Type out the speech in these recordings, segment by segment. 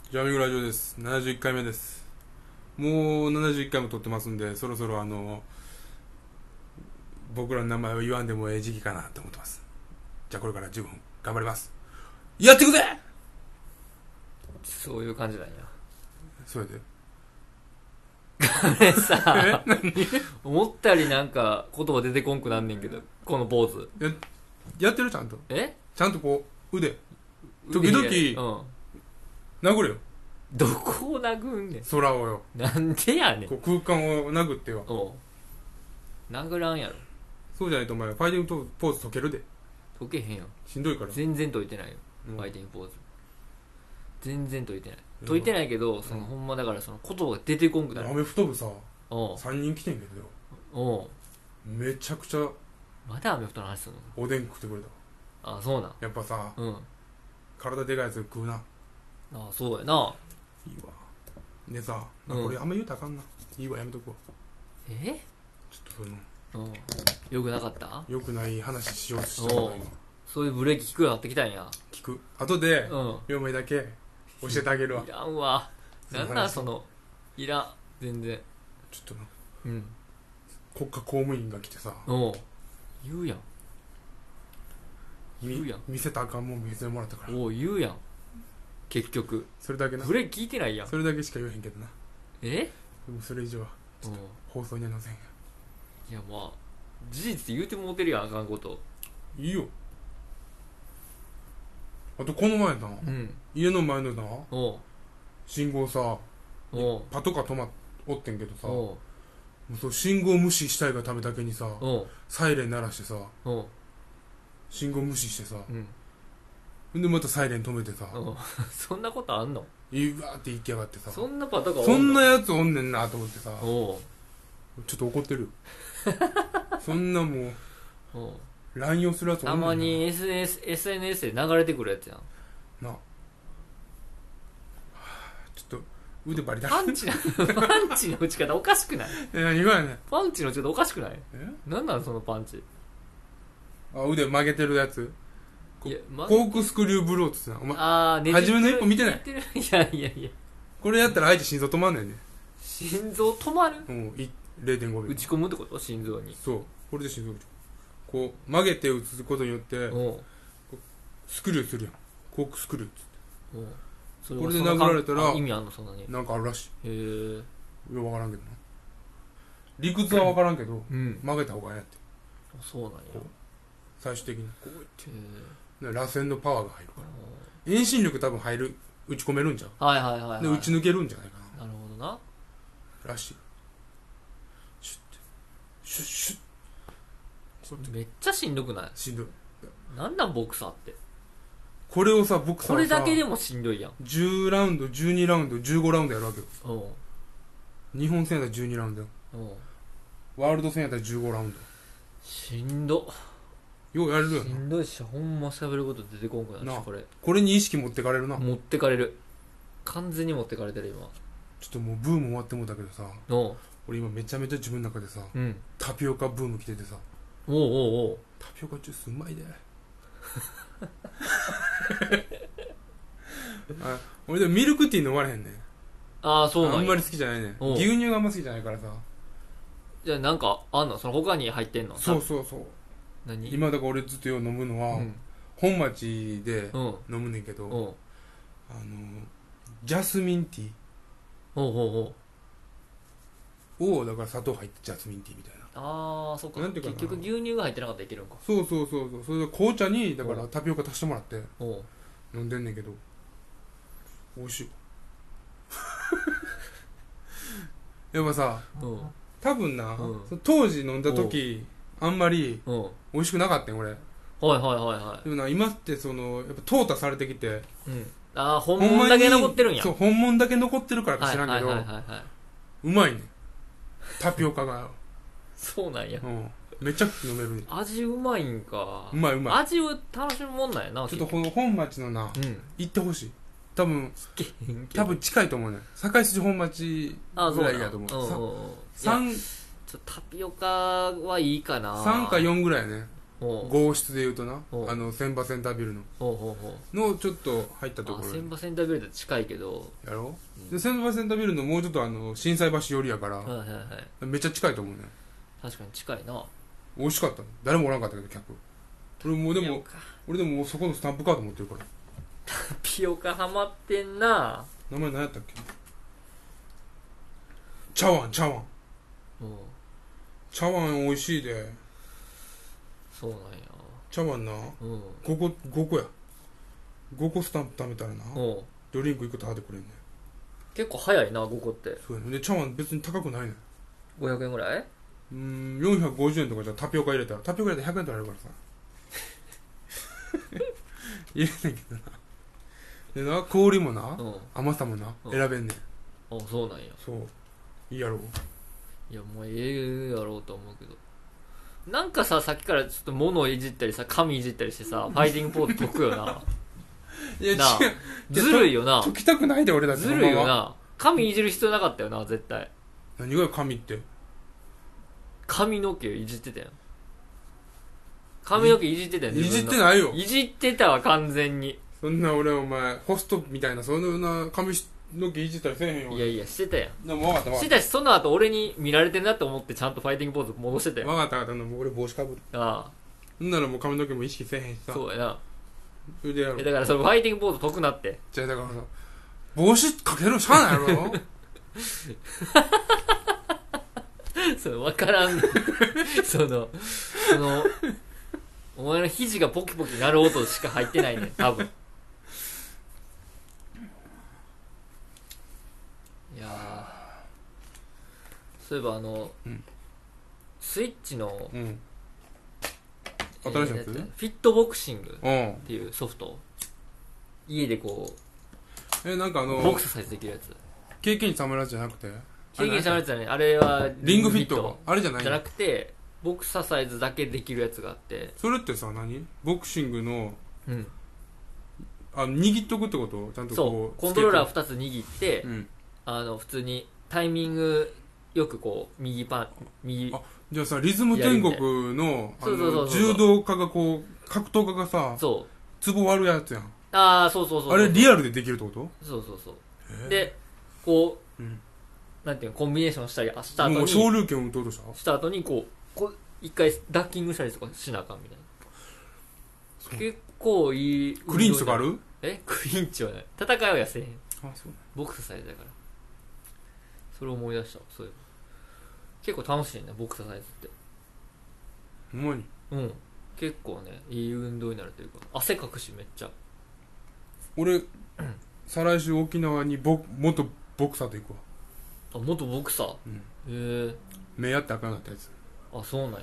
ジャミングラジオです。71回目です。もう71回も撮ってますんで、そろそろ僕らの名前を言わんでもええ時期かなと思ってます。じゃあこれから15分頑張ります。やってくぜ。 そういう感じなんや。 それであれさ、 何思ったよりなんか言葉出てこんくなんねんけど、このポーズ。 やってるちゃんと。ちゃんとこう、腕。時々、殴れよ。 どこを殴んねん。 空をよ。 なんでやねん。 こう空間を殴ってよ。 殴らんやろ。 そうじゃないとお前、ファイティングポーズ解けるで。 解けへんよ。 しんどいから。 全然解いてないよ。ファイティングポーズ。全然解いてない。解いてないけど、そのほんまだからその言葉が出てこんくなる。 アメフト部さ、3人来てんけどよ。めちゃくちゃまだアメフトの話するの？ おでん食ってくれた。 あ、そうなん。 やっぱさ、体でかいやつ食うな。 あ、そうやな。 いいわ。でさ、これあんま言うたらあかんな。いいわ、やめとくわ。ちょっとそのよくなかった？ よくない話しようとしたの今。 そういうブレーキ聞くようになってきたんや。 聞く。後で嫁だけ教えてあげるわ。 いらんわ。なんなんそのいらん。全然ちょっとな、国家公務員が来てさ、 言うやん。 見せたらあかんもん見せてもらったから。 言うやん。結局それだけな。 ブレーキ聞いてないやん。 それだけしか言えへんけどな。 でもそれ以上はちょっと放送には載せんや。 いや、まあ事実言うてもうてるやん、あかんこと。 いいよ。あとこの前な、家の前のな信号さ、パトカー止まっおってんけどさ、もうそう信号無視したいがためだけにさ、サイレン鳴らしてさ、信号無視してさ、でまたサイレン止めてさ、 そんなことあんの？ いいわーって言いきやがってさ、 そんなパトカーそんなやつおんねんなと思ってさ、ちょっと怒ってるよ。そんなもう乱用するやつおんねんな。 たまに SNS で流れてくるやつやんなあ。ちょっと腕バリだ。 パンチの打ち方おかしくない？ 何がやねん。 パンチの打ち方おかしくない？なんなんそのパンチ。 腕曲げてるやつ。コークスクリューブローってな。お前初めの一歩見てない？ いやこれやったら相手心臓止まんねんね。 心臓止まる ？0.5 秒打ち込むってこと？心臓に。 そう、これで心臓こう曲げて打つことによってスクリューするやん。コークスクリューっつって、これで殴られたら意味あんの？そんなになんかあるらしい。 へえ。 よく分からんけどな。理屈は分からんけど、曲げた方がええって。 そうなんや。 最終的にこうやって螺旋のパワーが入るから、遠心力多分入る、打ち込めるんじゃん。 はいで打ち抜けるんじゃないかな。 なるほどな。 らしい。シュッてシュッシュッ。 めっちゃしんどくない？ しんどい。 なんなんボクサーって。 これをさ、ボクサーはさ、 これだけでもしんどいやん。 10ラウンド12ラウンド15ラウンドやるわけよ。日本戦やったら12ラウンドよ。ワールド戦やったら15ラウンド。 しんど。 ようやれるよな。 しんどいし、ほんま喋ること出てこんくなるし、 これに意識持ってかれるな。 持ってかれる。完全に持ってかれてる今。 ちょっともうブーム終わってもうたけどさ、俺今めちゃめちゃ自分の中でさ、タピオカブーム来ててさ、タピオカジュースうまいで。俺でもミルクティー飲まれへんねん。 そうなんや。 あんまり好きじゃないねん。牛乳があんま好きじゃないからさ。 じゃあなんかあんの？その他に入ってんの？ そう。 何？ 今だから俺ずっとよう飲むのは、本町で飲むねんけど、ジャスミンティーをだから砂糖入ってジャスミンティーみたいな。 そっか。結局牛乳が入ってなかったらいけるんか。 そう。それで紅茶にだからタピオカ足してもらって飲んでんねんけど、美味しい。やっぱさ、多分な、当時飲んだ時あんまり美味しくなかったん俺。でもな、今ってそのやっぱ淘汰されてきて、 本物だけ残ってるんや。 そう、本物だけ残ってるからか知らんけど、うまいねんタピオカが。 そうなんや。 めちゃくちゃ飲める。 味うまいんか。 うまい。 味を楽しむもんなんやな。 ちょっとこの本町のな、行ってほしい。多分近いと思うね。堺筋本町ぐらいやと思う。 タピオカはいいかな。 3か4ぐらいね。 号室でいうとな千葉センタービルのちょっと入ったところ千葉センタービルって近いけどやろ、で千葉センタービルのもうちょっと心斎橋寄りやから、めっちゃ近いと思うね。 確かに近いな。 美味しかった。誰もおらんかったけど客。俺でもそこのスタンプカード持ってるから。 タピオカハマってんな。 名前何やったっけ。茶碗茶碗美味しいで。 そうなんや。 茶碗な、5個や。5個スタンプ貯めたらな、ドリンク1個タダでくれんねん。 結構早いな、5個って。 そうやね。で茶碗別に高くないねん。 500円ぐらい 450円とかじゃタピオカ入れたら100円取られるからさ入れんねんけどな。でな、氷もな、甘さもな、選べんねん。 あ、そうなんや。 そう、いいやろ。 いや、もうやろうと思うけど、なんかさ、さっきからちょっと物をいじったりさ、髪いじったりしてさ、ファイティングポーズ解くよな。 いや、違う、 ずるいよな。 解きたくないで俺だって。 ずるいよな。髪いじる必要なかったよな、絶対。 何がよ髪って。 髪の毛いじってたやん。髪の毛いじってたやん。 いじってないよ。 いじってたわ、完全に。 そんな俺お前ホストみたいなそんな髪の毛いじったりせえへんよ。 いやいや、してたやん。 でも分かったしてたし、その後俺に見られてるなって思ってちゃんとファイティングポーズ戻してたよ。 分かった分かった。もう俺帽子かぶる。 ああ。 そんならもう髪の毛も意識せえへんしさ。 そうやな。 それでやろう。 だからそのファイティングポーズ解くなって。 じゃあだからさ、帽子かけるのしゃあないやろ。 それ分からんねん。そのお前の肘がポキポキ鳴る音しか入ってないねん、多分。いやそういえばスイッチの、 新しいやつ、 フィットボクシングっていうソフト、家でこうなんかボクサイズできるやつ。 経験値たまるやつじゃなくて、 経験者のやつだね。あれはリングフィットあれじゃないじゃなくて、ボクササイズだけできるやつがあって。 それってさ、ボクシングの握っとくってこと？ちゃんとこうコントローラー2つ握って、普通にタイミングよくこう右じゃあさ、リズム天国の柔道家がこう格闘家がさ、ツボ割るやつやん。 ああ、そうあれリアルでできるってこと？ そうでこう、なんていうの、コンビネーションしたりした後に、 もう昇竜拳を打とうとした後にこう一回ダッキングしたりとかしなあかんみたいな。結構いい。 クリンチとかある？ クリンチはね、戦いはやせへん。 あ、そう。 ボクササイズだから。それを思い出した。そういう結構楽しいね、ボクササイズって。 ほんまに？ 結構ね、いい運動になるというか、汗かくしめっちゃ。 俺再来週沖縄に元ボクサーと行くわ。 あ、元ボクサー？へえ。 目やってあかんかったやつ。 あ、そうなんや。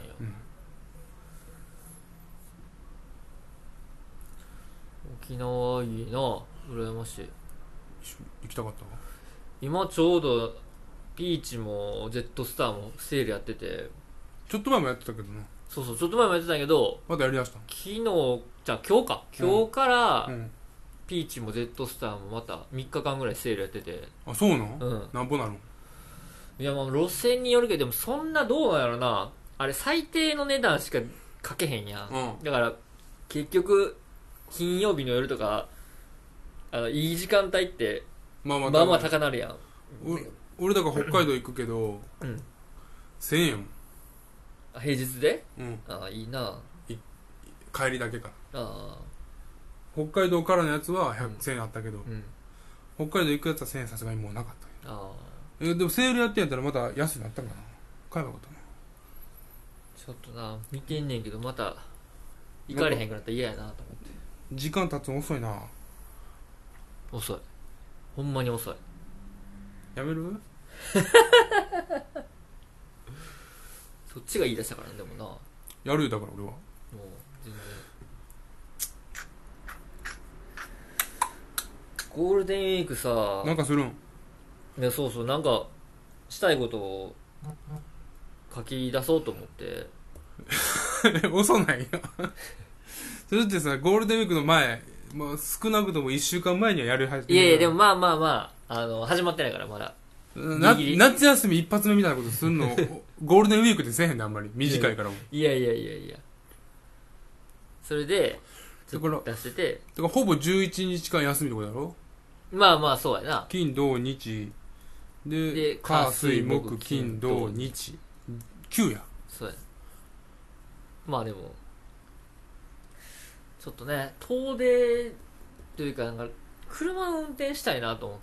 沖縄いいな、羨ましい。 行きたかったわ。 今ちょうどピーチもジェットスターもセールやってて。 ちょっと前もやってたけどな。 そうそう、ちょっと前もやってたけど、 またやりだした。 昨日じゃあ今日から、ピーチもジェットスターもまた3日間ぐらいセールやってて。 あ、そうなの？なんぼなの？ いや、まあ路線によるけど、でもそんなどうなんやろな。あれ最低の値段しかかけへんやん。だから結局金曜日の夜とかいい時間帯ってまあまあ高なるやん。 俺だから北海道行くけど、1000円も。 平日で？ああ、いいな。 帰りだけから。北海道からのやつは1000円あったけど、北海道行くやつは1000円さすがにもうなかったよ。でもセールやってんやったらまた安くなったんかな。買えばよかったな。 ちょっとな、見てんねんけど、また行かれへんくなったら嫌やなと思って。 時間経つの遅いな。 遅い、ほんまに遅い。 やめる？ そっちが言い出したからね。でもな、 やるよ。だから俺はもう全然。ゴールデンウィークさ、 なんかするん？ いや、そうそう、なんかしたいことを書き出そうと思って遅ないよ。それってさ、ゴールデンウィークの前、少なくとも1週間前にはやるはず。 いやいや、でもまあまあまあ、始まってないからまだ。 夏休み一発目みたいなことすんのゴールデンウィークでせえへんね、あんまり短いからも。 いやそれでだから出してて、 だからほぼ11日間休みってことだろ。 まあまあそうやな。 金土日で火水木金土日9や。 そうや。まあでもちょっとね、遠出というか、なんか車を運転したいなと思って、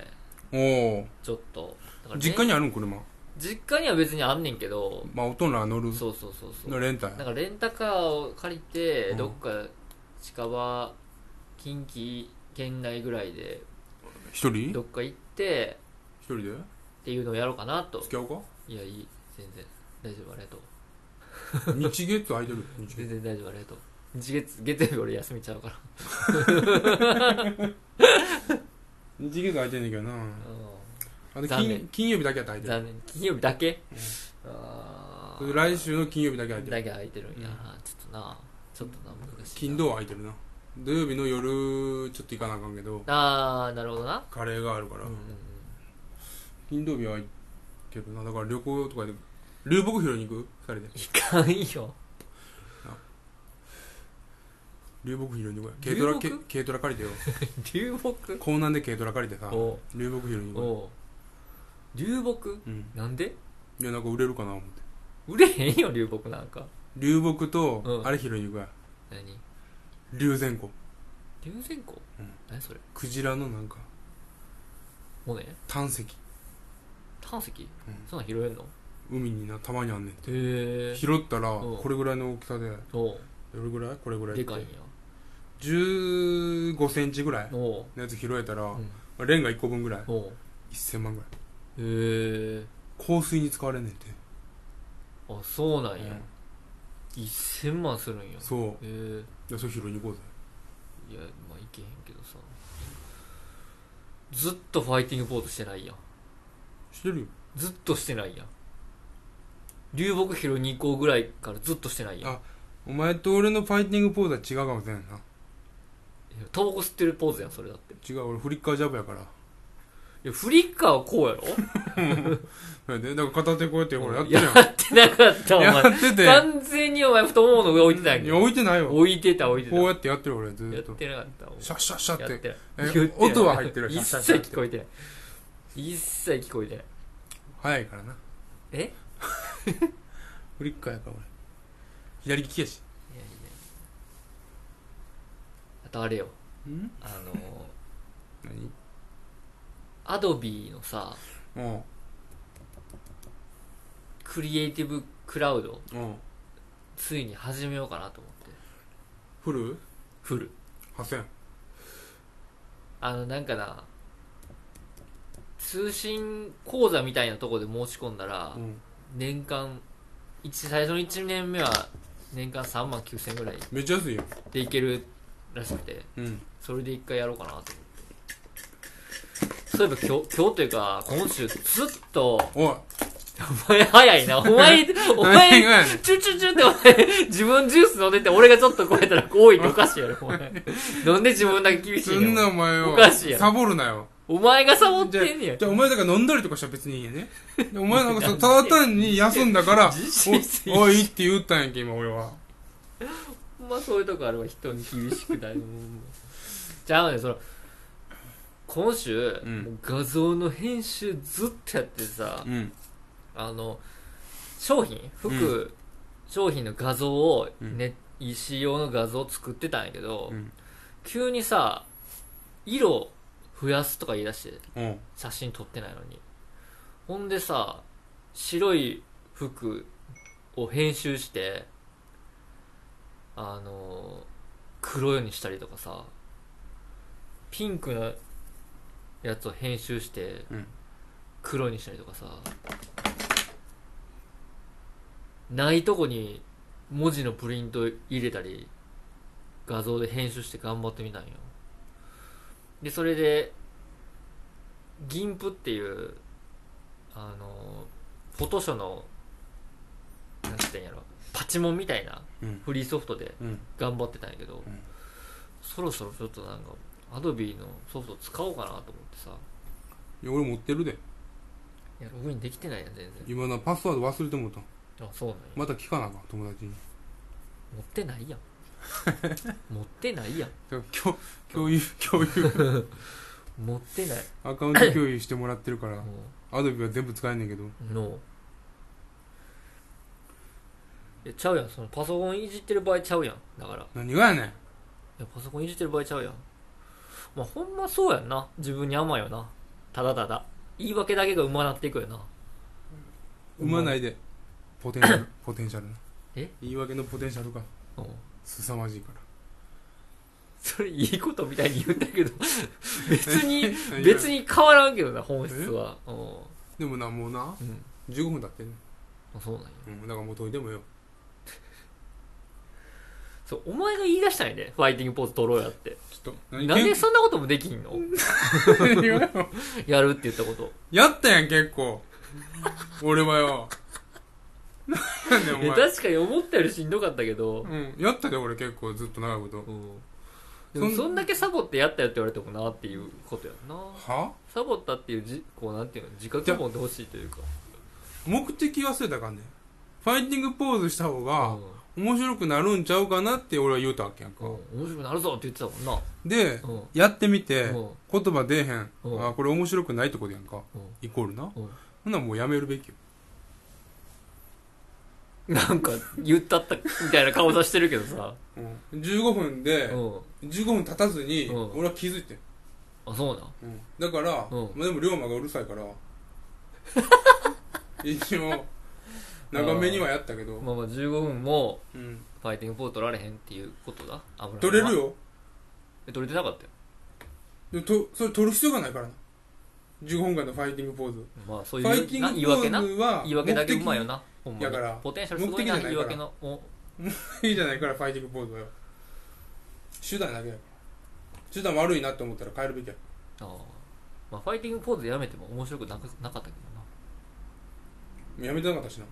おお。 ちょっとだから、ね、 実家にあるん車。 実家には別にあんねんけど、 まあ大人は乗る。 そうのレンタや。 なんかレンタカーを借りて、どっか近場近畿圏内ぐらいで一人どっか行って一人でっていうのをやろうかなと。 付き合おうか。 いや、いい、全然大丈夫、ありがとう。 日月空いてる。 全然大丈夫、ありがとう。月曜日俺休みちゃうから日月空いてんねんけどな。あと金曜日だけは空いてる。 残念。金曜日だけ、 来週の金曜日だけ空いてる。 だけ空いてるんや、ちょっとな難しい。 金土は空いてるな。土曜日の夜ちょっと行かなあかんけど、 なるほどな。 カレーがあるから、金土日は行けるな。だから旅行とかで流木拾いに行く。2人で行かんよ。 流木拾いに行こうや。軽トラ借りてよ。 流木港南で軽トラ借りてさ、流木拾いに行こう。流木、なんで。 いや、なんか売れるかな思って。 売れへんよ、流木なんか。 流木と、あれ拾いに行くや。 何。 龍涎香。 龍涎香、何それ。 クジラのなんか骨、 胆石。 そんなん拾えんの。 海にな、たまにあんねんって。 へえ。 拾ったらこれぐらいの大きさで、どれぐらい、これぐらいでかいんや。 15センチぐらいのやつ拾えたら、レンガ1個分ぐらい1000万ぐらい。 へえ。 香水に使われんねんて。 あ、そうなんや。1000万するんや。 そう。 へえ。 じゃあそれ拾いに行こうぜ。 いや、まあいけへんけどさ、ずっとファイティングポーズしてないやん。 してるよ。 ずっとしてないやん。流木拾いに行こうぐらいからずっとしてないやん。 あ、お前と俺のファイティングポーズは違うかもしれんな。 タバコ吸ってるポーズやん、それだって。 違う、俺フリッカージャブやから。 いや、フリッカーはこうやろ。 で、だから片手こうやって俺やってるやん。 やってなかった、お前。 やってて。 完全にお前太ももの上置いてたやんけ。 いや、置いてないよ。 置いてた。こうやってやってる俺、ずっと。 やってなかった。 シャッシャッシャッって。 音音は入ってる。 一切聞こえてない。一切聞こえてない。 早いからな。 えフリッカーやから俺。左利きやし。 いや。あとあれよ。 何アドビのさ、クリエイティブクラウド、ついに始めようかなと思って。 フル ?8000。 なんかな、通信講座みたいなとこで申し込んだら、年間最初の1年目は年間3万9000円ぐらいめっちゃ安いよでいけるらしくて、それで一回やろうかなと思って。そういえば今日というか今週ずっと、 お前早いな、お前チュってお前自分ジュース飲んでて、俺がちょっと超えたら多いっておかしいやろ、お前。なんで自分だけ厳しいの。 そんなお前はおかしいやろ。 サボるなよ。 お前がサボってんねや。 じゃあお前だから飲んだりとかしたら別にいいよね。お前なんかただ単に休んだからおいって言ったんやんけ今俺は。 まあそういうとこあれば人に厳しくない。じゃあね、今週、画像の編集ずっとやってさ、商品の画像を、EC 用の画像を作ってたんやけど、急にさ、色増やすとか言い出して、写真撮ってないのに。ほんでさ、白い服を編集して黒にしたりとかさ、ピンクのやつを編集して黒にしたりとかさ、ないとこに文字のプリント入れたり画像で編集して頑張ってみたんよ。でそれで銀プっていうフォトショのなんて言うんやろ、パチモンみたいなフリーソフトで頑張ってたんやけど、そろそろちょっとなんかアドビのソフト使おうかなと思ってさ。 いや俺持ってるで。 いやログインできてないやん全然。 今パスワード忘れてもうた。 あ、そうなんや。 また聞かなあかん友達に。 持ってないやん。 持ってないやん。 共有持ってない。 アカウント共有してもらってるからアドビは全部使えんねんけどのちゃうやん。そのパソコンいじってる場合ちゃうやん。だから何がやねん。いやパソコンいじってる場合ちゃうやん。まあほんまそうやんな。自分に甘いよな。ただただ言い訳だけがうまなっていくよな。 うまないでポテンシャルえ言い訳のポテンシャルが凄まじいから。 それいいことみたいに言ったけど別に変わらんけどな本質は。 でもなもうな、15分経ってんねん。 あそうなんや、 だからもう解いてもよ。 そうお前が言い出したんやで、ファイティングポーズ取ろうやって。 ちょっとなんでそんなこともできんのやるって言ったことやったやん結構俺はよなんでお前確かに思ったよりしんどかったけど、 やったで俺結構ずっと長いこと、 でもそんだけサボってやったよって言われてもなっていうことやんな。 はサボったっていうこうなんていうの自覚を持ってほしいというか、 目的忘れたらあかんねん。ファイティングポーズした方が面白くなるんちゃうかなって俺は言うたわけやんか、 面白くなるぞって言ってたもんな。 で、やってみて、言葉出えへん、 あこれ面白くないってことやんか、イコールな、ほんならもうやめるべきよ。 なんか言ったったみたいな顔さしてるけどさ、 15分で、15分経たずに、俺は気づいてん。 あそうだから、まあ、でも龍馬がうるさいから一応長めにはやったけど、 まあ15分もファイティングポーズ取られへんっていうことだ。 取れるよ。 取れてなかったよ。 それ取る必要がないからな。15分間のファイティングポーズ、 まあそういうファイティングポーズは言い訳だけうまいよな。ほんまにだからポテンシャルすごいな。言い訳のいいじゃないからファイティングポーズはよ。手段だけやから。手段悪いなって思ったら変えるべきや。 まあファイティングポーズやめても面白くなかったけどな。やめてなかったしな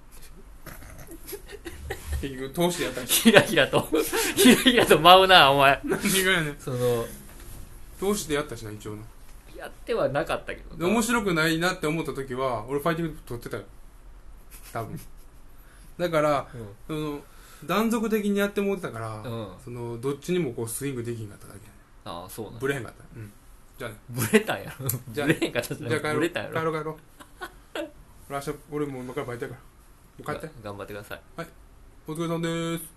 結局通してやったしひらひらと舞うなお前。 何がやねん。 その通してやったしな一応な。 やってはなかったけどで面白くないなって思った時は俺ファイティング取ってたよ多分だから、その断続的にやってもってたから、そのどっちにもこうスイングできんかっただけ。 ああそうなんブレへんかった。じゃあね。 ブレたんやろ。 じゃあブレへんかったじゃん。 じゃあ帰ろうブレたんやろ。 帰ろう俺明日俺もう今からバイトやからもう帰って。 頑張ってください。 はいお疲れさんです。